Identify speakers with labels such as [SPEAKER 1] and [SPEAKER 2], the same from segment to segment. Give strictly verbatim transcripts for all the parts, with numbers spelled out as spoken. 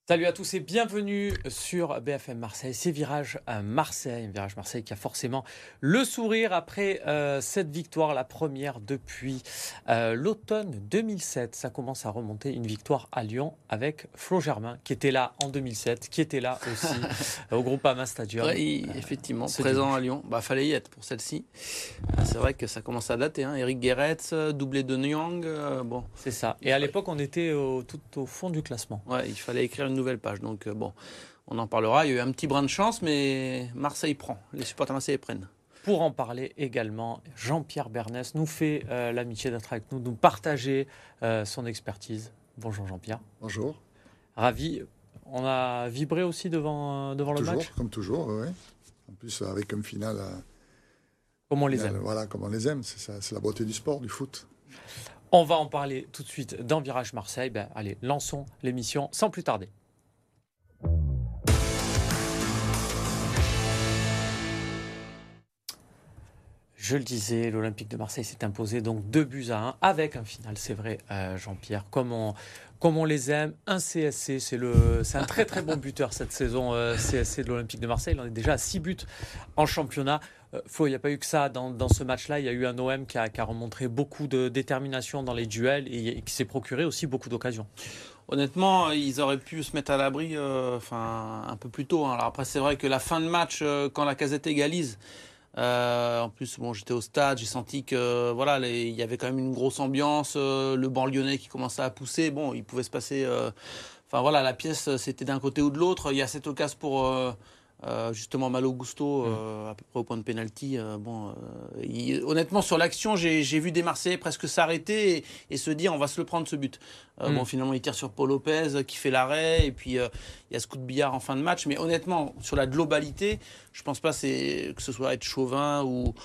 [SPEAKER 1] Salut à tous et bienvenue sur B F M Marseille. C'est Virage à Marseille, Virage Marseille qui a forcément le sourire après euh, cette victoire, la première depuis euh, l'automne deux mille sept. Ça commence à remonter, une victoire à Lyon avec Flo Germain qui était là en deux mille sept, qui était là aussi au Groupama Stadium.
[SPEAKER 2] Ouais, effectivement,
[SPEAKER 1] euh,
[SPEAKER 2] présent
[SPEAKER 1] dimanche.
[SPEAKER 2] à Lyon. Bah, fallait y être pour celle-ci. C'est vrai que ça commence à dater. Hein. Eric Guéretz, doublé de Nyang. Euh, bon.
[SPEAKER 1] C'est ça. Et à l'époque, on était au, tout au fond du classement.
[SPEAKER 2] Ouais, il fallait écrire une nouvelle page. Donc euh, bon, on en parlera. Il y a eu un petit brin de chance, mais Marseille prend. Les supporters marseillais prennent.
[SPEAKER 1] Pour en parler également, Jean-Pierre Bernès nous fait euh, l'amitié d'être avec nous, nous partager euh, son expertise. Bonjour Jean-Pierre.
[SPEAKER 3] Bonjour.
[SPEAKER 1] Ravi. On a vibré aussi devant, euh, devant
[SPEAKER 3] toujours,
[SPEAKER 1] le match.
[SPEAKER 3] Comme toujours, oui. En plus, avec une finale.
[SPEAKER 1] Comme on les
[SPEAKER 3] finale,
[SPEAKER 1] aime.
[SPEAKER 3] Voilà, comme on les aime. C'est ça, c'est la beauté du sport, du foot.
[SPEAKER 1] On va en parler tout de suite dans Virage Marseille. Ben, allez, lançons l'émission sans plus tarder. Je le disais, l'Olympique de Marseille s'est imposé donc deux buts à un avec un final, c'est vrai, euh, Jean-Pierre, comme on, comme on les aime. Un C S C, c'est, le, c'est un très très bon buteur cette saison, euh, C S C de l'Olympique de Marseille. Il en est déjà à six buts en championnat. Euh, Flo, il n'y a pas eu que ça dans, dans ce match-là. Il y a eu un O M qui a, qui a remontré beaucoup de détermination dans les duels et, et qui s'est procuré aussi beaucoup d'occasions.
[SPEAKER 2] Honnêtement, ils auraient pu se mettre à l'abri euh, enfin, un peu plus tôt. Hein. Alors après, c'est vrai que la fin de match, euh, quand la Casette égalise, Euh, en plus, bon, j'étais au stade, j'ai senti que voilà, les, il y avait quand même une grosse ambiance, euh, le banc lyonnais qui commençait à pousser. Bon, il pouvait se passer. Euh, enfin voilà, la pièce, c'était d'un côté ou de l'autre. Il y a cette occasion pour euh, euh, justement Malo Gusto, euh, à peu près au point de pénalty. Euh, bon, euh, il- honnêtement, sur l'action, j'ai, j'ai vu des Marseillais presque s'arrêter et, et se dire, on va se le prendre ce but. Euh,
[SPEAKER 1] Mm.
[SPEAKER 2] Bon, finalement, il tire sur Paul Lopez qui fait l'arrêt et puis euh, il y a ce coup de billard en fin de match. Mais honnêtement, sur la globalité, je pense pas c'est, que ce soit être chauvin ou,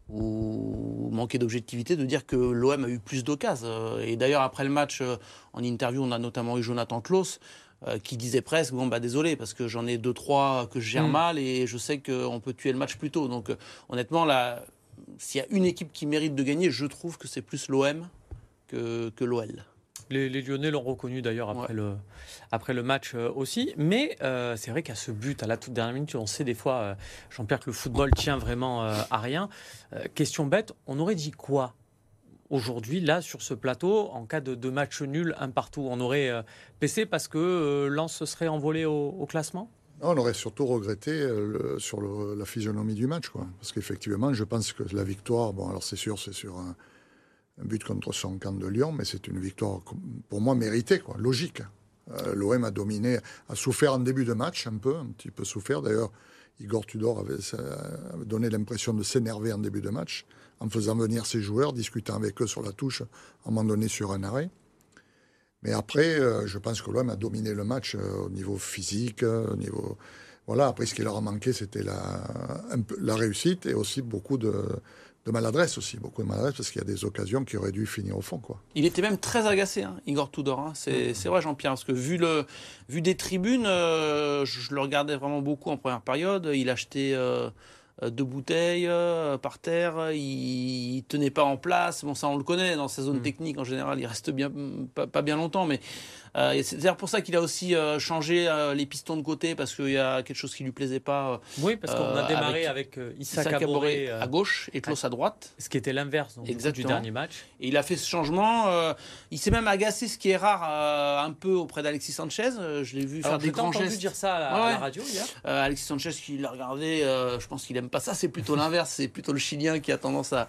[SPEAKER 2] ou manquer d'objectivité de dire que l'O M a eu plus d'occasions. Euh, Et d'ailleurs, après le match, euh, en interview, on a notamment eu Jonathan Klaus euh, qui disait presque, bon bah désolé, parce que j'en ai deux, trois que je gère
[SPEAKER 1] Mm.
[SPEAKER 2] mal et je sais qu'on peut tuer le match plus tôt. Donc euh, honnêtement, là, s'il y a une équipe qui mérite de gagner, je trouve que c'est plus l'O M que, que l'O L.
[SPEAKER 1] Les, les Lyonnais l'ont reconnu d'ailleurs après,
[SPEAKER 2] Ouais.
[SPEAKER 1] le, après le match euh, aussi. Mais euh, c'est vrai qu'à ce but, à la toute dernière minute, on sait des fois, euh, Jean-Pierre, que le football tient vraiment euh, à rien. Euh, question bête, on aurait dit quoi aujourd'hui, là, sur ce plateau, en cas de, de match nul, un partout? On aurait euh, P C parce que euh, Lens se serait envolé au, au classement?
[SPEAKER 3] Non, on aurait surtout regretté euh, le- sur le- la physionomie du match, quoi. Parce qu'effectivement, je pense que la victoire, bon, alors c'est sûr, c'est sur un, un but contre son camp de Lyon, mais c'est une victoire, pour moi, méritée, quoi, logique. Euh, L'O M a dominé, a souffert en début de match, un peu, un petit peu souffert. D'ailleurs, Igor Tudor avait, ça, avait donné l'impression de s'énerver en début de match, en faisant venir ses joueurs, discutant avec eux sur la touche, à un moment donné sur un arrêt. Mais après, euh, je pense que l'O M a dominé le match euh, au niveau physique, euh, au niveau... Voilà, après, ce qui leur a manqué, c'était la, un peu, la réussite et aussi beaucoup de, de maladresse aussi. Beaucoup de maladresse parce qu'il y a des occasions qui auraient dû finir au fond, quoi.
[SPEAKER 2] Il était même très agacé, hein, Igor Tudor. Hein. C'est, c'est vrai, Jean-Pierre, parce que vu, le, vu des tribunes, euh, je, je le regardais vraiment beaucoup en première période. Il achetait euh, euh, deux bouteilles euh, par terre. Il, il tenait pas en place. Bon, ça, on le connaît. Dans sa zone
[SPEAKER 1] Mm.
[SPEAKER 2] technique, en général, il reste bien, pas, pas bien longtemps. Mais euh, et c'est d'ailleurs pour ça qu'il a aussi euh, changé euh, les pistons de côté, parce qu'il y a quelque chose qui lui plaisait pas.
[SPEAKER 1] Oui, parce qu'on a
[SPEAKER 2] Euh,
[SPEAKER 1] démarré
[SPEAKER 2] avec
[SPEAKER 1] avec, euh, Issa
[SPEAKER 2] Issa
[SPEAKER 1] Caboret,
[SPEAKER 2] Caboret
[SPEAKER 1] euh,
[SPEAKER 2] à gauche et Klaus à droite.
[SPEAKER 1] ce qui était l'inverse donc, du coup, du
[SPEAKER 2] Exactement.
[SPEAKER 1] dernier match.
[SPEAKER 2] Et il a fait ce changement. euh, il s'est même agacé, ce qui est rare euh, un peu auprès d'Alexis Sanchez. Euh, je l'ai vu faire
[SPEAKER 1] Alors,
[SPEAKER 2] des
[SPEAKER 1] je t'ai
[SPEAKER 2] grands
[SPEAKER 1] entendu
[SPEAKER 2] gestes.
[SPEAKER 1] dire ça à la,
[SPEAKER 2] Ouais,
[SPEAKER 1] à la
[SPEAKER 2] ouais.
[SPEAKER 1] radio hier.
[SPEAKER 2] Euh, Alexis Sanchez qui l'a regardé, euh, je pense qu'il aime pas ça. C'est plutôt l'inverse. C'est plutôt le Chilien qui a tendance à,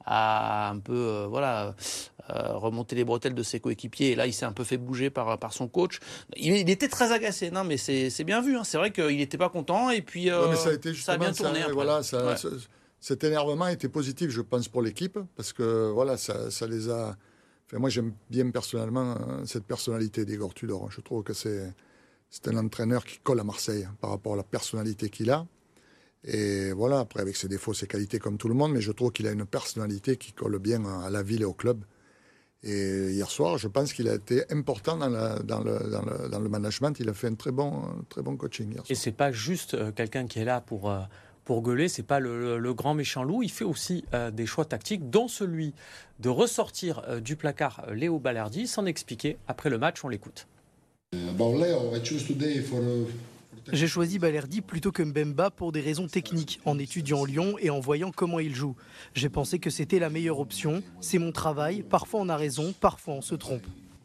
[SPEAKER 2] à un peu euh, voilà, euh, remonter les bretelles de ses coéquipiers. Et là, il s'est un peu fait bouger par, par son coach. Il, il était très agacé. Non, mais c'est, c'est bien vu. Hein. C'est vrai qu'il n'était pas content. Et puis, euh,
[SPEAKER 3] Ouais, mais ça a été
[SPEAKER 2] ça a
[SPEAKER 3] justement
[SPEAKER 2] bien
[SPEAKER 3] ça,
[SPEAKER 2] tourné après.
[SPEAKER 3] voilà, ça,
[SPEAKER 2] Ouais.
[SPEAKER 3] ce- cet énervement était positif, je pense, pour l'équipe, parce que voilà, ça, ça les a. Enfin, moi, j'aime bien personnellement euh, cette personnalité d'Igor Tudor. Je trouve que c'est c'est un entraîneur qui colle à Marseille hein, par rapport à la personnalité qu'il a. Et voilà, après, avec ses défauts, ses qualités, comme tout le monde, mais je trouve qu'il a une personnalité qui colle bien à la ville et au club. Et hier soir, je pense qu'il a été important dans, la- dans le, dans le- dans le management. Il a fait un très bon, un très bon coaching hier
[SPEAKER 1] Et
[SPEAKER 3] soir.
[SPEAKER 1] c'est pas juste euh, quelqu'un qui est là pour, euh, pour gueuler, c'est pas le, le- le grand méchant loup. Il fait aussi euh, des choix tactiques, dont celui de ressortir euh, du placard euh, Léo Balerdi, s'en expliquer après le match. On l'écoute.
[SPEAKER 4] J'ai choisi Balerdi plutôt que Mbemba pour des raisons techniques, en étudiant Lyon et en voyant comment il joue. J'ai pensé que c'était la meilleure option. C'est mon travail, parfois on a raison, parfois on se trompe.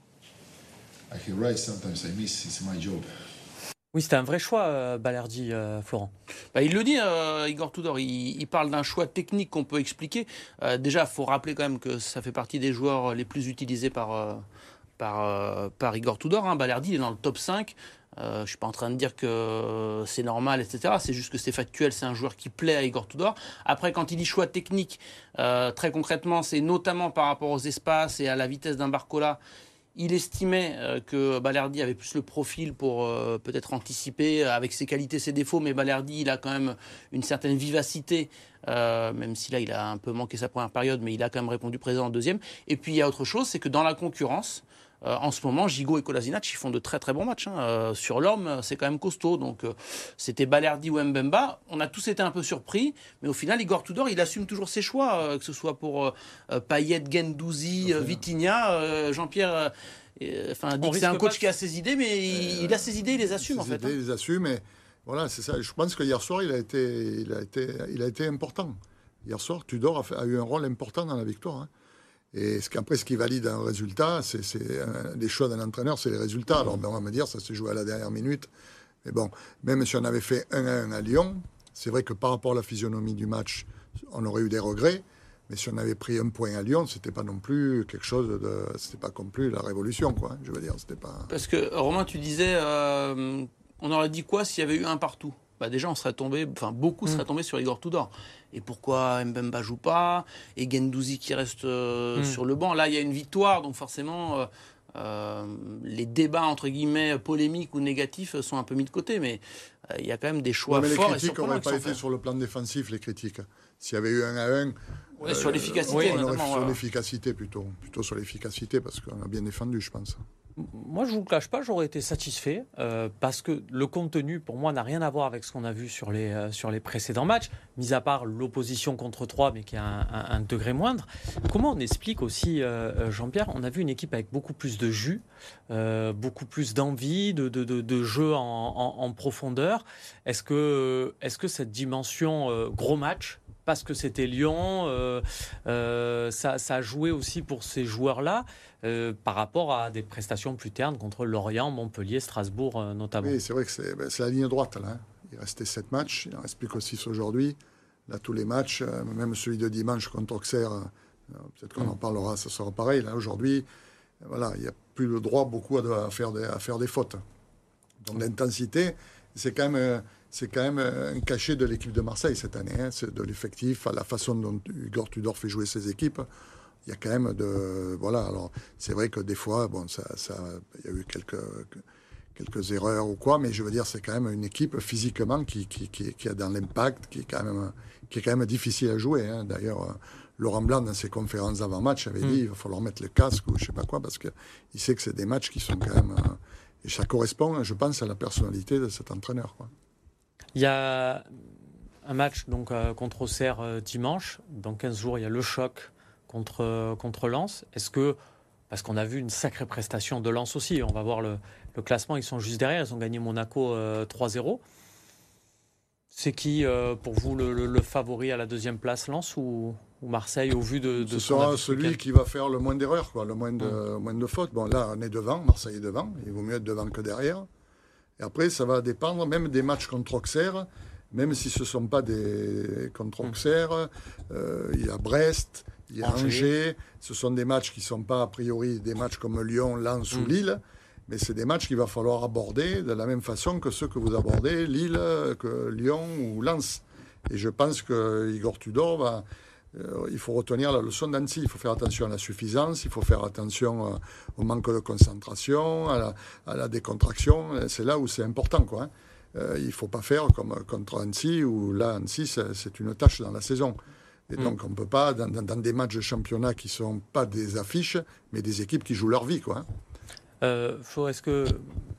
[SPEAKER 1] Oui, c'était un vrai choix, euh, Balerdi, euh, Florent.
[SPEAKER 2] Bah, il le dit, euh, Igor Tudor, il, il parle d'un choix technique qu'on peut expliquer. Euh, déjà, il faut rappeler quand même que ça fait partie des joueurs les plus utilisés par, euh, par, euh, par Igor Tudor. Hein. Balerdi, il est dans le top cinq. Euh, je ne suis pas en train de dire que c'est normal, et cetera. C'est juste que c'est factuel, c'est un joueur qui plaît à Igor Tudor. Après, quand il dit choix technique, euh, très concrètement, c'est notamment par rapport aux espaces et à la vitesse d'un Barcola. Il estimait euh, que Balerdi avait plus le profil pour euh, peut-être anticiper avec ses qualités, ses défauts, mais Balerdi, il a quand même une certaine vivacité, euh, même si là, il a un peu manqué sa première période, mais il a quand même répondu présent en deuxième. Et puis, il y a autre chose, c'est que dans la concurrence, Euh, en ce moment, Gigot et Kolasinac, ils font de très très bons matchs. Hein. Euh, sur l'homme, c'est quand même costaud. Donc, euh, c'était Balerdi ou Mbemba. On a tous été un peu surpris, mais au final, Igor Tudor, il assume toujours ses choix, euh, que ce soit pour euh, Payet, Guendouzi, euh, Vitinha, euh, Jean-Pierre. Euh, enfin, dit que c'est un coach qui a ses idées, mais il, euh, il a ses idées, il les assume en fait.
[SPEAKER 3] Idées, hein. Il les assume, mais voilà, c'est ça. Je pense que hier soir, il a été, il a été, il a été important. Hier soir, Tudor a, fait, a eu un rôle important dans la victoire. Hein. Et ce qu'après, ce qui valide un résultat, c'est, c'est un, les choix d'un entraîneur, c'est les résultats. Alors, ben, on va me dire, ça s'est joué à la dernière minute. Mais bon, même si on avait fait un à un à Lyon, c'est vrai que par rapport à la physionomie du match, on aurait eu des regrets. Mais si on avait pris un point à Lyon, c'était pas non plus quelque chose de, c'était pas non plus la révolution, quoi. Je veux dire, c'était pas.
[SPEAKER 2] Parce que Romain, tu disais, euh, on aurait dit quoi s'il y avait eu un partout? Bah déjà, on serait tombé, enfin beaucoup seraient tombés sur Igor Tudor. Et pourquoi Mbemba joue pas et Guendouzi qui reste euh, mm. sur le banc? Là, il y a une victoire, donc forcément, euh, euh, les débats entre guillemets polémiques ou négatifs sont un peu mis de côté, mais euh, il y a quand même des choix
[SPEAKER 3] ouais, mais
[SPEAKER 2] forts.
[SPEAKER 3] Les critiques n'auraient pas été
[SPEAKER 2] faits.
[SPEAKER 3] Sur le plan défensif, les critiques. S'il y avait eu un à un.
[SPEAKER 2] Ouais, euh, sur l'efficacité,
[SPEAKER 3] oui,
[SPEAKER 2] notamment.
[SPEAKER 3] Sur
[SPEAKER 2] voilà.
[SPEAKER 3] l'efficacité plutôt, plutôt sur l'efficacité parce qu'on a bien défendu, je pense.
[SPEAKER 1] Moi, je ne vous le cache pas, j'aurais été satisfait euh, parce que le contenu, pour moi, n'a rien à voir avec ce qu'on a vu sur les, euh, sur les précédents matchs, mis à part l'opposition contre trois, mais qui a un, un, un degré moindre. Comment on explique aussi, euh, Jean-Pierre, on a vu une équipe avec beaucoup plus de jus, euh, beaucoup plus d'envie, de, de, de, de jeu en, en, en profondeur. Est-ce que, est-ce que cette dimension euh, gros match, parce que c'était Lyon, euh, euh, ça, ça a joué aussi pour ces joueurs-là euh, par rapport à des prestations plus ternes contre Lorient, Montpellier, Strasbourg euh, notamment.
[SPEAKER 3] Oui, c'est vrai que c'est, ben, c'est la ligne droite. Là, hein. Il restait sept matchs, il en reste plus que six aujourd'hui. Là, tous les matchs, euh, même celui de dimanche contre Auxerre, euh, peut-être qu'on mmh. en parlera, ça sera pareil. Là, aujourd'hui, euh, voilà, il n'y a plus le droit beaucoup à, à, faire, des, à faire des fautes. Donc l'intensité, c'est quand même... Euh, C'est quand même un cachet de l'équipe de Marseille cette année, hein. C'est de l'effectif, à la façon dont Igor Tudor fait jouer ses équipes. Il y a quand même de... Voilà, alors c'est vrai que des fois, bon, ça, ça, il y a eu quelques, quelques erreurs ou quoi, mais je veux dire, c'est quand même une équipe physiquement qui, qui, qui, qui a dans l'impact, qui est quand même, qui est quand même difficile à jouer. Hein. D'ailleurs, Laurent Blanc, dans ses conférences avant-match, avait dit qu'il va falloir mettre le casque ou je ne sais pas quoi, parce qu'il sait que c'est des matchs qui sont quand même... Et ça correspond, je pense, à la personnalité de cet entraîneur, quoi.
[SPEAKER 1] Il y a un match donc, euh, contre Auxerre euh, dimanche. Dans quinze jours, il y a le choc contre, euh, contre Lens. Est-ce que, parce qu'on a vu une sacrée prestation de Lens aussi, on va voir le, le classement, ils sont juste derrière, ils ont gagné Monaco euh, trois zéro. C'est qui, euh, pour vous, le, le, le favori à la deuxième place, Lens ou, ou Marseille, au vu de, de
[SPEAKER 3] ce sera celui qui va faire le moins d'erreurs, quoi, le moins de, mmh. moins de fautes. Bon, là, on est devant, Marseille est devant. Il vaut mieux être devant que derrière. Et après, ça va dépendre même des matchs contre Auxerre, même si ce ne sont pas des contre Auxerre. Euh, il y a Brest, il y a Angers. Angers. Ce sont des matchs qui ne sont pas a priori des matchs comme Lyon, Lens mmh. ou Lille, mais c'est des matchs qu'il va falloir aborder de la même façon que ceux que vous abordez, Lille, que Lyon ou Lens. Et je pense que Igor Tudor va... Euh, il faut retenir la leçon d'Annecy. Il faut faire attention à la suffisance, il faut faire attention euh, au manque de concentration, à la, à la décontraction. C'est là où c'est important, quoi. Hein. Euh, il ne faut pas faire comme contre Annecy, où là, Annecy, c'est, c'est une tâche dans la saison. Et mmh. donc, on ne peut pas, dans, dans, dans des matchs de championnat qui ne sont pas des affiches, mais des équipes qui jouent leur vie, quoi. Hein.
[SPEAKER 1] Euh, Flo, est-ce que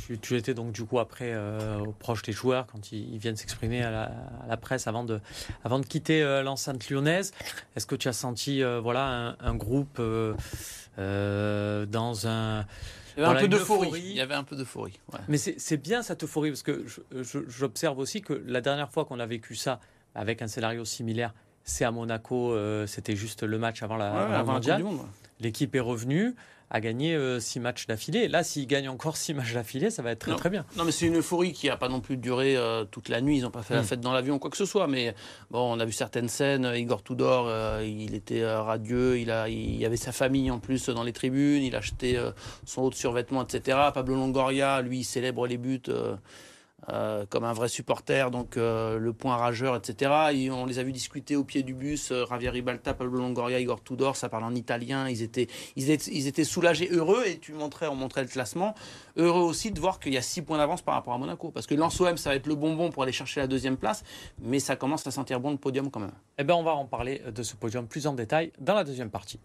[SPEAKER 1] tu, tu étais donc du coup après euh, proche des joueurs quand ils, ils viennent s'exprimer à la, à la presse avant de, avant de quitter euh, l'enceinte lyonnaise. Est-ce que tu as senti euh, voilà, un, un groupe euh, euh, dans un...
[SPEAKER 2] Il y avait
[SPEAKER 1] voilà,
[SPEAKER 2] un peu
[SPEAKER 1] une
[SPEAKER 2] d'euphorie.
[SPEAKER 1] euphorie.
[SPEAKER 2] Il y avait un peu d'euphorie. Ouais.
[SPEAKER 1] Mais c'est, c'est bien cette euphorie parce que je, je, j'observe aussi que la dernière fois qu'on a vécu ça avec un scénario similaire, c'est à Monaco, euh, c'était juste le match avant la,
[SPEAKER 2] Ouais,
[SPEAKER 1] avant la
[SPEAKER 2] avant la
[SPEAKER 1] mondiale.
[SPEAKER 2] Coupe du Monde, ouais.
[SPEAKER 1] L'équipe est revenue, a gagné euh, six matchs d'affilée. Là, s'ils gagnent encore six matchs d'affilée, ça va être très
[SPEAKER 2] non.
[SPEAKER 1] très bien.
[SPEAKER 2] Non, mais c'est une euphorie qui n'a pas non plus duré euh, toute la nuit. Ils n'ont pas fait mmh. la fête dans l'avion ou quoi que ce soit. Mais bon, on a vu certaines scènes. Igor Tudor, euh, il était euh, radieux. Il, a, il y avait sa famille en plus dans les tribunes. Il a acheté euh, son haut de survêtement, et cetera. Pablo Longoria, lui, il célèbre les buts. Euh, Euh, comme un vrai supporter, donc euh, le point rageur, et cetera. Et on les a vus discuter au pied du bus, euh, Javier Ribalta, Pablo Longoria, Igor Tudor, ça parle en italien, ils étaient, ils étaient, ils étaient soulagés, heureux, et tu montrais, on montrait le classement, heureux aussi de voir qu'il y a six points d'avance par rapport à Monaco, parce que l'Anse O M, ça va être le bonbon pour aller chercher la deuxième place, mais ça commence à sentir bon le podium quand même.
[SPEAKER 1] Eh bien, on va en parler de ce podium plus en détail dans la deuxième partie.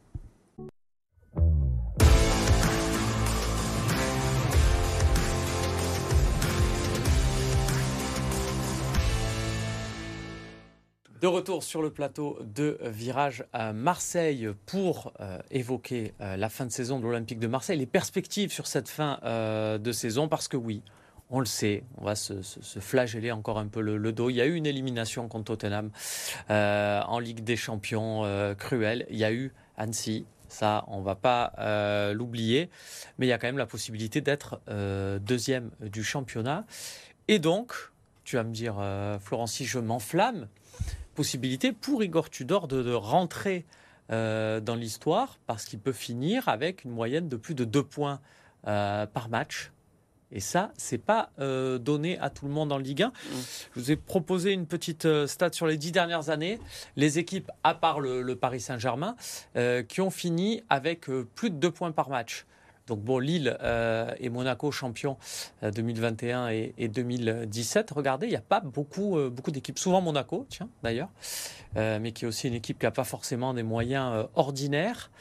[SPEAKER 1] De retour sur le plateau de Virage à Marseille pour euh, évoquer euh, la fin de saison de l'Olympique de Marseille, les perspectives sur cette fin euh, de saison, parce que oui, on le sait, on va se, se, se flageller encore un peu le, le dos. Il y a eu une élimination contre Tottenham euh, en Ligue des Champions euh, cruelle. Il y a eu Annecy. Ça, on ne va pas euh, l'oublier. Mais il y a quand même la possibilité d'être euh, deuxième du championnat. Et donc, tu vas me dire, euh, Florent, si je m'enflamme, possibilité pour Igor Tudor de, de rentrer euh, dans l'histoire parce qu'il peut finir avec une moyenne de plus de deux points euh, par match. Et ça, c'est pas euh, donné à tout le monde en Ligue un. Mmh. Je vous ai proposé une petite euh, stat sur les dix dernières années. Les équipes, à part le, le Paris Saint-Germain, euh, qui ont fini avec euh, plus de deux points par match. Donc bon, Lille euh, et Monaco champions euh, deux mille vingt et un et, et deux mille dix-sept. Regardez, il n'y a pas beaucoup, euh, beaucoup d'équipes. Souvent Monaco, tiens, d'ailleurs, euh, mais qui est aussi une équipe qui n'a pas forcément des moyens euh, ordinaires.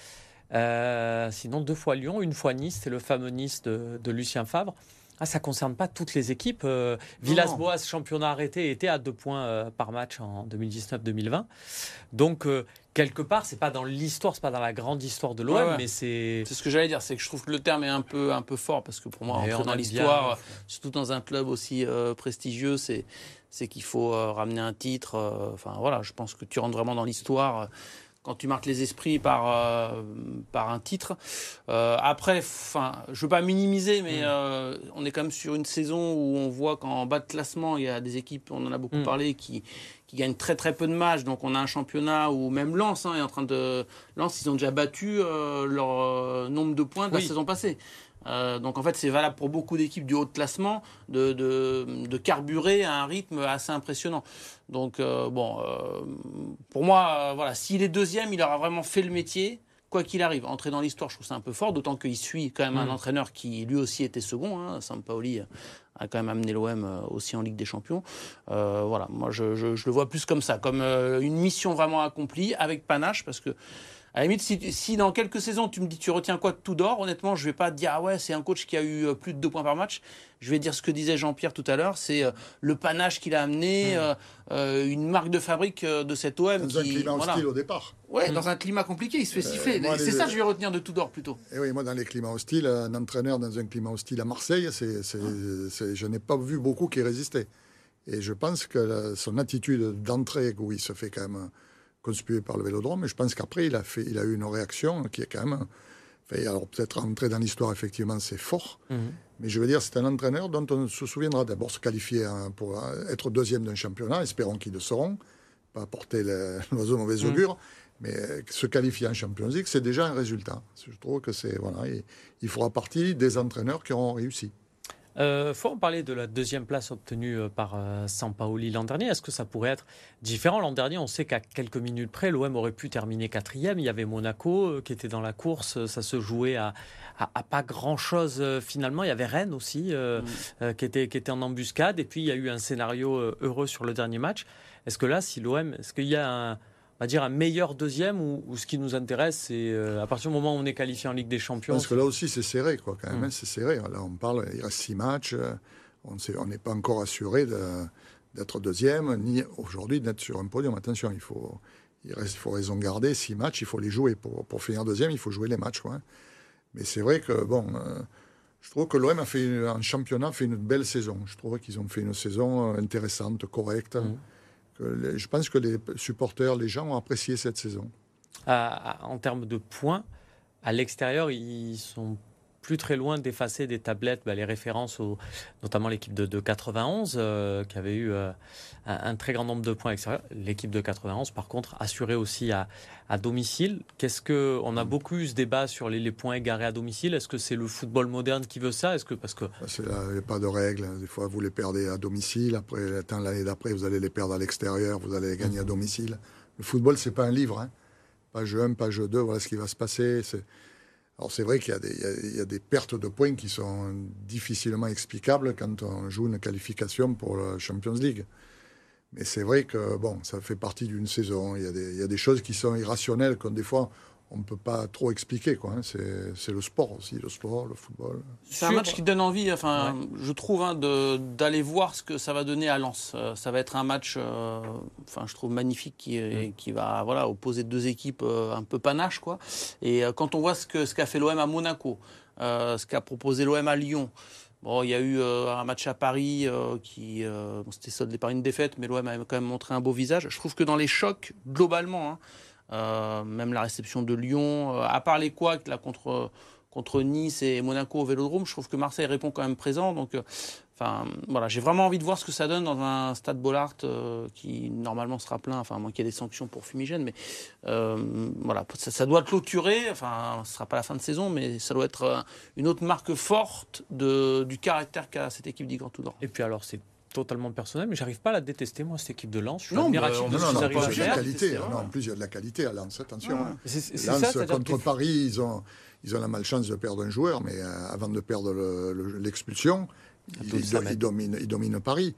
[SPEAKER 1] Euh, sinon, deux fois Lyon, une fois Nice, c'est le fameux Nice de, de Lucien Favre. Ah, ça ne concerne pas toutes les équipes. Euh, Villas-Boas, championnat arrêté, était à deux points euh, par match en deux mille dix-neuf deux mille vingt. Donc, euh, quelque part, ce n'est pas dans l'histoire, ce n'est pas dans la grande histoire de l'O M, ouais, ouais. mais c'est...
[SPEAKER 2] C'est ce que j'allais dire, c'est que je trouve que le terme est un peu, un peu fort, parce que pour moi, entrer dans l'histoire, bien... surtout dans un club aussi euh, prestigieux, c'est, c'est qu'il faut euh, ramener un titre. Euh, enfin, voilà, je pense que tu rentres vraiment dans l'histoire... Euh, quand tu marques les esprits par, euh, par un titre. Euh, après, je ne veux pas minimiser, mais euh, on est quand même sur une saison où on voit qu'en bas de classement, il y a des équipes, on en a beaucoup mmh. parlé, qui, qui gagnent très très peu de matchs. Donc on a un championnat où même Lens hein, est en train de... Lens, ils ont déjà battu euh, leur euh, nombre de points de oui. la saison passée. Euh, donc en fait c'est valable pour beaucoup d'équipes du haut de classement de, de, de carburer à un rythme assez impressionnant. Donc euh, bon, euh, pour moi, euh, voilà, s'il est deuxième, il aura vraiment fait le métier, quoi qu'il arrive. Entrer dans l'histoire, je trouve ça un peu fort, d'autant qu'il suit quand même mmh. un entraîneur qui lui aussi était second. Hein, Sampaoli a quand même amené l'O M aussi en Ligue des Champions. Euh, voilà, moi je, je, je le vois plus comme ça, comme euh, une mission vraiment accomplie, avec panache, parce que à la limite, si, si dans quelques saisons, tu me dis tu retiens quoi de Tudor, honnêtement, je ne vais pas te dire ah ouais, c'est un coach qui a eu plus de deux points par match. Je vais dire ce que disait Jean-Pierre tout à l'heure, c'est euh, le panache qu'il a amené, mmh. euh, une marque de fabrique de cet O M.
[SPEAKER 3] Dans qui, un climat voilà. hostile au départ.
[SPEAKER 2] Ouais, mmh. dans un climat compliqué, il se fait euh, siffler. Moi, c'est les... ça que je vais retenir de Tudor plutôt.
[SPEAKER 3] Et oui, moi, dans les climats hostiles, un entraîneur dans un climat hostile à Marseille, c'est, c'est, mmh. c'est, je n'ai pas vu beaucoup qui résistaient. Et je pense que la, son attitude d'entrée, où il se fait quand même conspué par le Vélodrome, mais je pense qu'après, il a, fait, il a eu une réaction qui est quand même... Enfin, alors peut-être rentrer dans l'histoire, effectivement, c'est fort. Mmh. Mais je veux dire, c'est un entraîneur dont on se souviendra d'abord se qualifier hein, pour être deuxième d'un championnat, espérons qu'ils le seront, pas porter le, l'oiseau mauvais augure, mmh. mais se qualifier en Champions League, c'est déjà un résultat. Je trouve que c'est... Voilà, il, il fera partie des entraîneurs qui auront réussi.
[SPEAKER 1] Il euh, faut en parler de la deuxième place obtenue par euh, Sampaoli l'an dernier. Est-ce que ça pourrait être différent? L'an dernier, on sait qu'à quelques minutes près, l'O M aurait pu terminer quatrième. Il y avait Monaco euh, qui était dans la course. Ça se jouait à, à, à pas grand-chose euh, finalement. Il y avait Rennes aussi euh, mmh. euh, qui, était, qui était en embuscade. Et puis, il y a eu un scénario euh, heureux sur le dernier match. Est-ce que là, si l'O M... Est-ce qu'il y a un... on va dire, un meilleur deuxième ou, ou ce qui nous intéresse, c'est euh, à partir du moment où on est qualifié en Ligue des Champions.
[SPEAKER 3] Parce que là aussi, c'est serré, quoi, quand même.
[SPEAKER 1] Mmh.
[SPEAKER 3] Hein, c'est serré. Là, on parle, il reste six matchs. Euh, on n'est pas encore assuré de, d'être deuxième, ni aujourd'hui d'être sur un podium. Attention, il faut, il reste, il faut raison garder. Six matchs, il faut les jouer. Pour, pour finir deuxième, il faut jouer les matchs, quoi. Mais c'est vrai que, bon, euh, je trouve que l'O M a fait, une, en championnat, fait une belle saison. Je trouve qu'ils ont fait une saison intéressante, correcte. Mmh. Que les, je pense que les supporters, les gens ont apprécié cette saison.
[SPEAKER 1] À, à, en termes de points, à l'extérieur, ils sont plus très loin d'effacer des tablettes, bah, les références, au, notamment l'équipe de, de quatre-vingt-onze, euh, qui avait eu euh, un, un très grand nombre de points extérieurs. L'équipe de quatre-vingt-onze, par contre, assurée aussi à, à domicile. Qu'est-ce que, on a beaucoup eu ce débat sur les, les points égarés à domicile. Est-ce que c'est le football moderne qui veut ça? Est-ce que, parce que...
[SPEAKER 3] Il n'y a pas de règles. Des fois, vous les perdez à domicile. Après, l'année d'après, vous allez les perdre à l'extérieur. Vous allez les gagner à domicile. Le football, ce n'est pas un livre. Hein. Page un, page deux, voilà ce qui va se passer. C'est... Alors c'est vrai qu'il y a, des, il y, a, il y a des pertes de points qui sont difficilement explicables quand on joue une qualification pour la Champions League. Mais c'est vrai que bon, ça fait partie d'une saison. Il y a des, il y a des choses qui sont irrationnelles, que des fois on ne peut pas trop expliquer, quoi. Hein. C'est, c'est le sport aussi, le sport, le football.
[SPEAKER 2] C'est un match qui donne envie, enfin, ouais. je trouve, hein, de, d'aller voir ce que ça va donner à Lens. Euh, ça va être un match, euh, enfin, je trouve magnifique, qui, mm. qui va, voilà, opposer deux équipes euh, un peu panaches, quoi. Et euh, quand on voit ce que ce qu'a fait l'O M à Monaco, euh, ce qu'a proposé l'O M à Lyon. Bon, il y a eu euh, un match à Paris euh, qui, euh, bon, c'était soldé par une défaite, mais l'O M a quand même montré un beau visage. Je trouve que dans les chocs, globalement, hein, Euh, même la réception de Lyon, euh, à part les couacs là, contre, contre Nice et Monaco au Vélodrome, je trouve que Marseille répond quand même présent. Donc, euh, enfin, voilà, j'ai vraiment envie de voir ce que ça donne dans un stade Bollaert euh, qui normalement sera plein, enfin, à moins qu'il y ait des sanctions pour fumigène. Mais euh, voilà, ça, ça doit clôturer. Enfin, ce ne sera pas la fin de saison, mais ça doit être euh, une autre marque forte de, du caractère qu'a cette équipe d'Yvan Toudor.
[SPEAKER 1] Et puis alors, c'est totalement personnel, mais j'arrive pas à la détester, moi, cette équipe de Lens. Je suis
[SPEAKER 3] non,
[SPEAKER 1] admiratif
[SPEAKER 3] bah,
[SPEAKER 1] de
[SPEAKER 3] non,
[SPEAKER 1] ce qu'ils
[SPEAKER 3] non,
[SPEAKER 1] arrivent à faire.
[SPEAKER 3] Qualité, non, en plus, il y a de la qualité à Lens, attention.
[SPEAKER 1] Ouais.
[SPEAKER 3] Hein.
[SPEAKER 1] C'est, c'est
[SPEAKER 3] Lens,
[SPEAKER 1] ça,
[SPEAKER 3] contre
[SPEAKER 1] que...
[SPEAKER 3] Paris, ils ont, ils ont la malchance de perdre un joueur, mais euh, avant de perdre le, le, l'expulsion, ils, ils, ils, dominent, ils dominent Paris.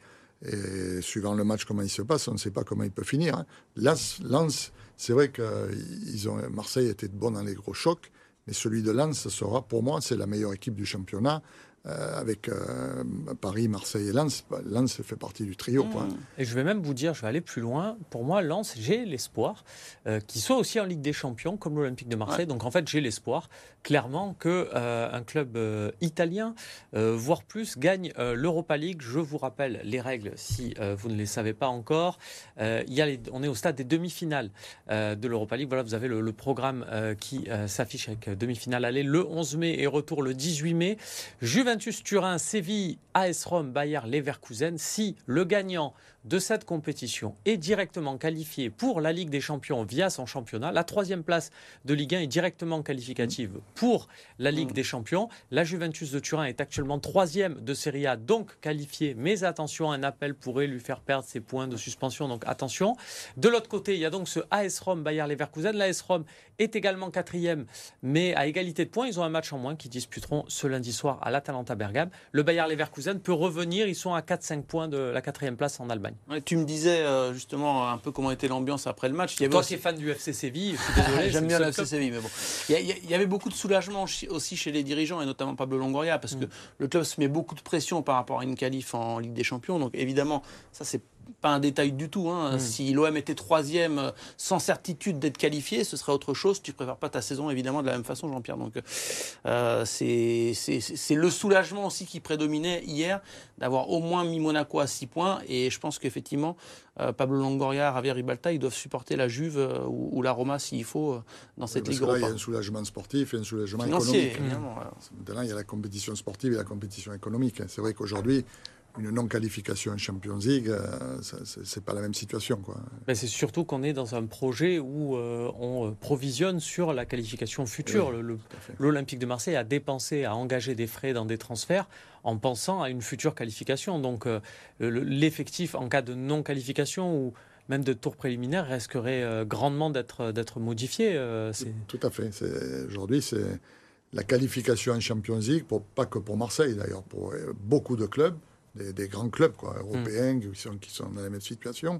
[SPEAKER 3] Et suivant le match, comment il se passe, on ne sait pas comment il peut finir. Hein. Lens, Lens, c'est vrai que ils ont, Marseille était bon dans les gros chocs, mais celui de Lens, ça sera, pour moi, c'est la meilleure équipe du championnat. Euh, avec euh, Paris, Marseille et Lens, Lens fait partie du trio.
[SPEAKER 1] Mmh.
[SPEAKER 3] Quoi.
[SPEAKER 1] Et je vais même vous dire, je vais aller plus loin. Pour moi, Lens, j'ai l'espoir euh, qu'il soit aussi en Ligue des Champions, comme l'Olympique de Marseille. Ouais. Donc en fait, j'ai l'espoir, clairement, qu'un euh, club euh, italien, euh, voire plus, gagne euh, l'Europa League. Je vous rappelle les règles, si euh, vous ne les savez pas encore. Euh, il y a les, on est au stade des demi-finales euh, de l'Europa League. Voilà, vous avez le, le programme euh, qui euh, s'affiche avec demi-finale aller le onze mai et retour le dix-huit mai. Juventus Turin, Séville, A S Rome, Bayer Leverkusen. Si le gagnant de cette compétition est directement qualifié pour la Ligue des Champions via son championnat, la troisième place de Ligue un est directement qualificative pour la Ligue des Champions. La Juventus de Turin est actuellement troisième de Serie A, donc qualifiée. Mais attention, un appel pourrait lui faire perdre ses points de suspension, donc attention. De l'autre côté, il y a donc ce A S Rome, Bayer Leverkusen. L'A S Rome est également quatrième, mais à égalité de points. Ils ont un match en moins qu'ils disputeront ce lundi soir à l'Atalanta Bergame. Le Bayer Leverkusen peut revenir. Ils sont à quatre cinq points de la quatrième place en Allemagne.
[SPEAKER 2] Ouais, tu me disais euh, justement un peu comment était l'ambiance après le match. Il y avait
[SPEAKER 1] Toi
[SPEAKER 2] aussi...
[SPEAKER 1] qui es fan du F C Séville, je suis désolé.
[SPEAKER 2] J'aime bien le F C Séville, mais bon. Il y, a, il y avait beaucoup de soulagement aussi chez les dirigeants et notamment Pablo Longoria parce mm. que le club se met beaucoup de pression par rapport à une qualif en Ligue des Champions. Donc évidemment, ça c'est pas un détail du tout. Hein. Mm. Si l'O M était troisième sans certitude d'être qualifié, ce serait autre chose. Tu prépares pas ta saison évidemment de la même façon, Jean-Pierre. Donc euh, c'est, c'est, c'est le soulagement aussi qui prédominait hier d'avoir au moins mis Monaco à six points. Et je pense qu'effectivement, euh, Pablo Longoria, Javier Ribalta, ils doivent supporter la Juve euh, ou, ou la Roma s'il faut euh, dans cette
[SPEAKER 3] oui,
[SPEAKER 2] Ligue
[SPEAKER 3] Europa.
[SPEAKER 2] Il
[SPEAKER 3] y a un soulagement sportif et un soulagement
[SPEAKER 2] financier,
[SPEAKER 3] économique.
[SPEAKER 2] Évidemment, voilà.
[SPEAKER 3] Maintenant, il y a la compétition sportive et la compétition économique. C'est vrai qu'aujourd'hui, une non-qualification en Champions League, euh, ça, c'est, c'est pas la même situation, quoi.
[SPEAKER 1] Ben c'est surtout qu'on est dans un projet où euh, on provisionne sur la qualification future. Oui, le, le, L'Olympique de Marseille a dépensé, a engagé des frais dans des transferts en pensant à une future qualification. Donc euh, le, l'effectif en cas de non-qualification ou même de tour préliminaire risquerait euh, grandement d'être, d'être modifié. Euh, c'est...
[SPEAKER 3] Tout, tout à fait. C'est, aujourd'hui, c'est la qualification en Champions League, pour, pas que pour Marseille d'ailleurs, pour euh, beaucoup de clubs. Des, des grands clubs quoi, européens mmh. qui, sont, qui sont dans la même situation,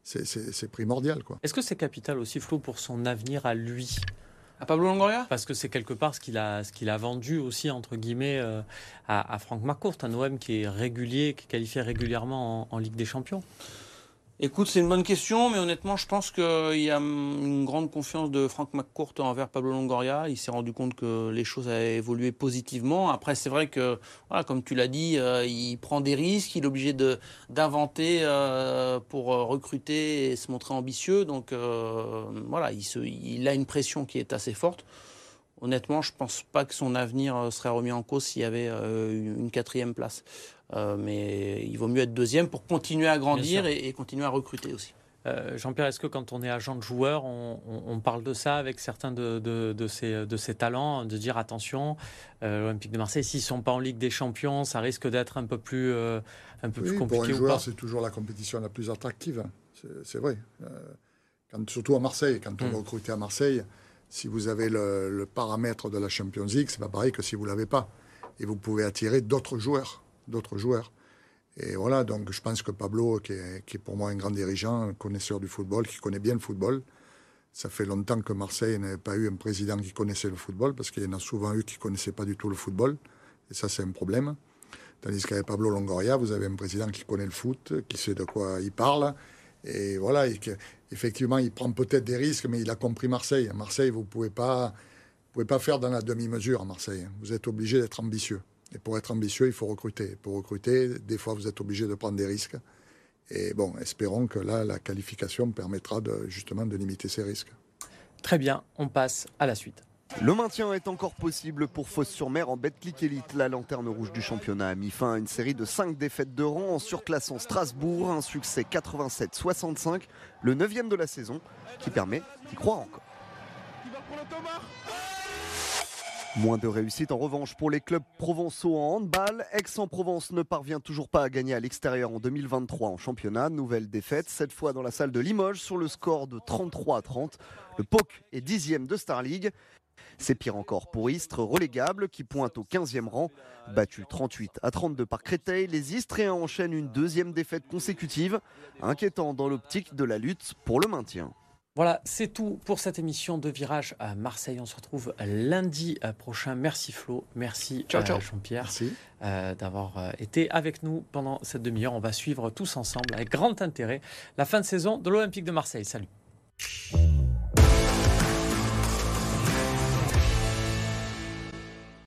[SPEAKER 3] c'est, c'est, c'est primordial, quoi.
[SPEAKER 1] Est-ce que c'est capital aussi, Flo, pour son avenir à lui ?
[SPEAKER 2] À Pablo Longoria ?
[SPEAKER 1] Parce que c'est quelque part ce qu'il a, ce qu'il a vendu aussi, entre guillemets, euh, à, à Franck McCourt, un O M qui est régulier, qui est qualifié régulièrement en, en Ligue des Champions.
[SPEAKER 2] Écoute, c'est une bonne question, mais honnêtement, je pense qu'il y a une grande confiance de Franck McCourt envers Pablo Longoria. Il s'est rendu compte que les choses avaient évolué positivement. Après, c'est vrai que, voilà, comme tu l'as dit, euh, il prend des risques, il est obligé de, d'inventer euh, pour recruter et se montrer ambitieux. Donc, euh, voilà, il, se, il a une pression qui est assez forte. Honnêtement, je ne pense pas que son avenir serait remis en cause s'il y avait euh, une quatrième place. Euh, mais il vaut mieux être deuxième pour continuer à grandir et, et continuer à recruter aussi.
[SPEAKER 1] Euh, Jean-Pierre, est-ce que quand on est agent de joueur, on, on, on parle de ça avec certains de, de, de, ces, de ces talents, de dire attention, euh, l'Olympique de Marseille, s'ils ne sont pas en Ligue des Champions, ça risque d'être un peu plus, euh, un peu
[SPEAKER 3] oui,
[SPEAKER 1] plus compliqué
[SPEAKER 3] pour un
[SPEAKER 1] ou
[SPEAKER 3] joueur,
[SPEAKER 1] pas ?
[SPEAKER 3] c'est toujours la compétition la plus attractive. C'est, c'est vrai. Euh, quand, surtout à Marseille, quand on
[SPEAKER 1] mmh.
[SPEAKER 3] va recruter à Marseille, si vous avez le, le paramètre de la Champions League, c'est pas pareil que si vous ne l'avez pas. Et vous pouvez attirer d'autres joueurs. D'autres joueurs. Et voilà, donc je pense que Pablo, qui est, qui est pour moi un grand dirigeant, un connaisseur du football, qui connaît bien le football, ça fait longtemps que Marseille n'avait pas eu un président qui connaissait le football, parce qu'il y en a souvent eu qui ne connaissaient pas du tout le football, et ça c'est un problème. Tandis qu'avec Pablo Longoria, vous avez un président qui connaît le foot, qui sait de quoi il parle, et voilà, et que, effectivement, il prend peut-être des risques, mais il a compris Marseille. À Marseille, vous ne pouvez pas, vous pouvez pas faire dans la demi-mesure à Marseille. Vous êtes obligé d'être ambitieux. Et pour être ambitieux, il faut recruter. Pour recruter, des fois, vous êtes obligé de prendre des risques. Et bon, espérons que là, la qualification permettra de, justement de limiter ces risques.
[SPEAKER 1] Très bien, on passe à la suite.
[SPEAKER 5] Le maintien est encore possible pour Fos-sur-Mer en Betclic Elite. La lanterne rouge du championnat a mis fin à une série de cinq défaites de rang en surclassant Strasbourg. Un succès quatre-vingt-sept soixante-cinq, le neuvième de la saison, qui permet d'y croire encore. Moins de réussite en revanche pour les clubs provençaux en handball. Aix-en-Provence ne parvient toujours pas à gagner à l'extérieur en deux mille vingt-trois en championnat. Nouvelle défaite, cette fois dans la salle de Limoges sur le score de trente-trois à trente. Le P O C est dixième de Star League. C'est pire encore pour Istres, relégable, qui pointe au quinzième rang. Battu trente-huit à trente-deux par Créteil, les Istréens enchaînent une deuxième défaite consécutive, inquiétant dans l'optique de la lutte pour le maintien.
[SPEAKER 1] Voilà, c'est tout pour cette émission de Virage à Marseille. On se retrouve lundi prochain. Merci Flo, merci
[SPEAKER 2] ciao, ciao.
[SPEAKER 1] Euh, Jean-Pierre
[SPEAKER 3] Merci.
[SPEAKER 1] Euh, d'avoir euh, été avec nous pendant cette demi-heure. On va suivre tous ensemble avec grand intérêt la fin de saison de l'Olympique de Marseille. Salut.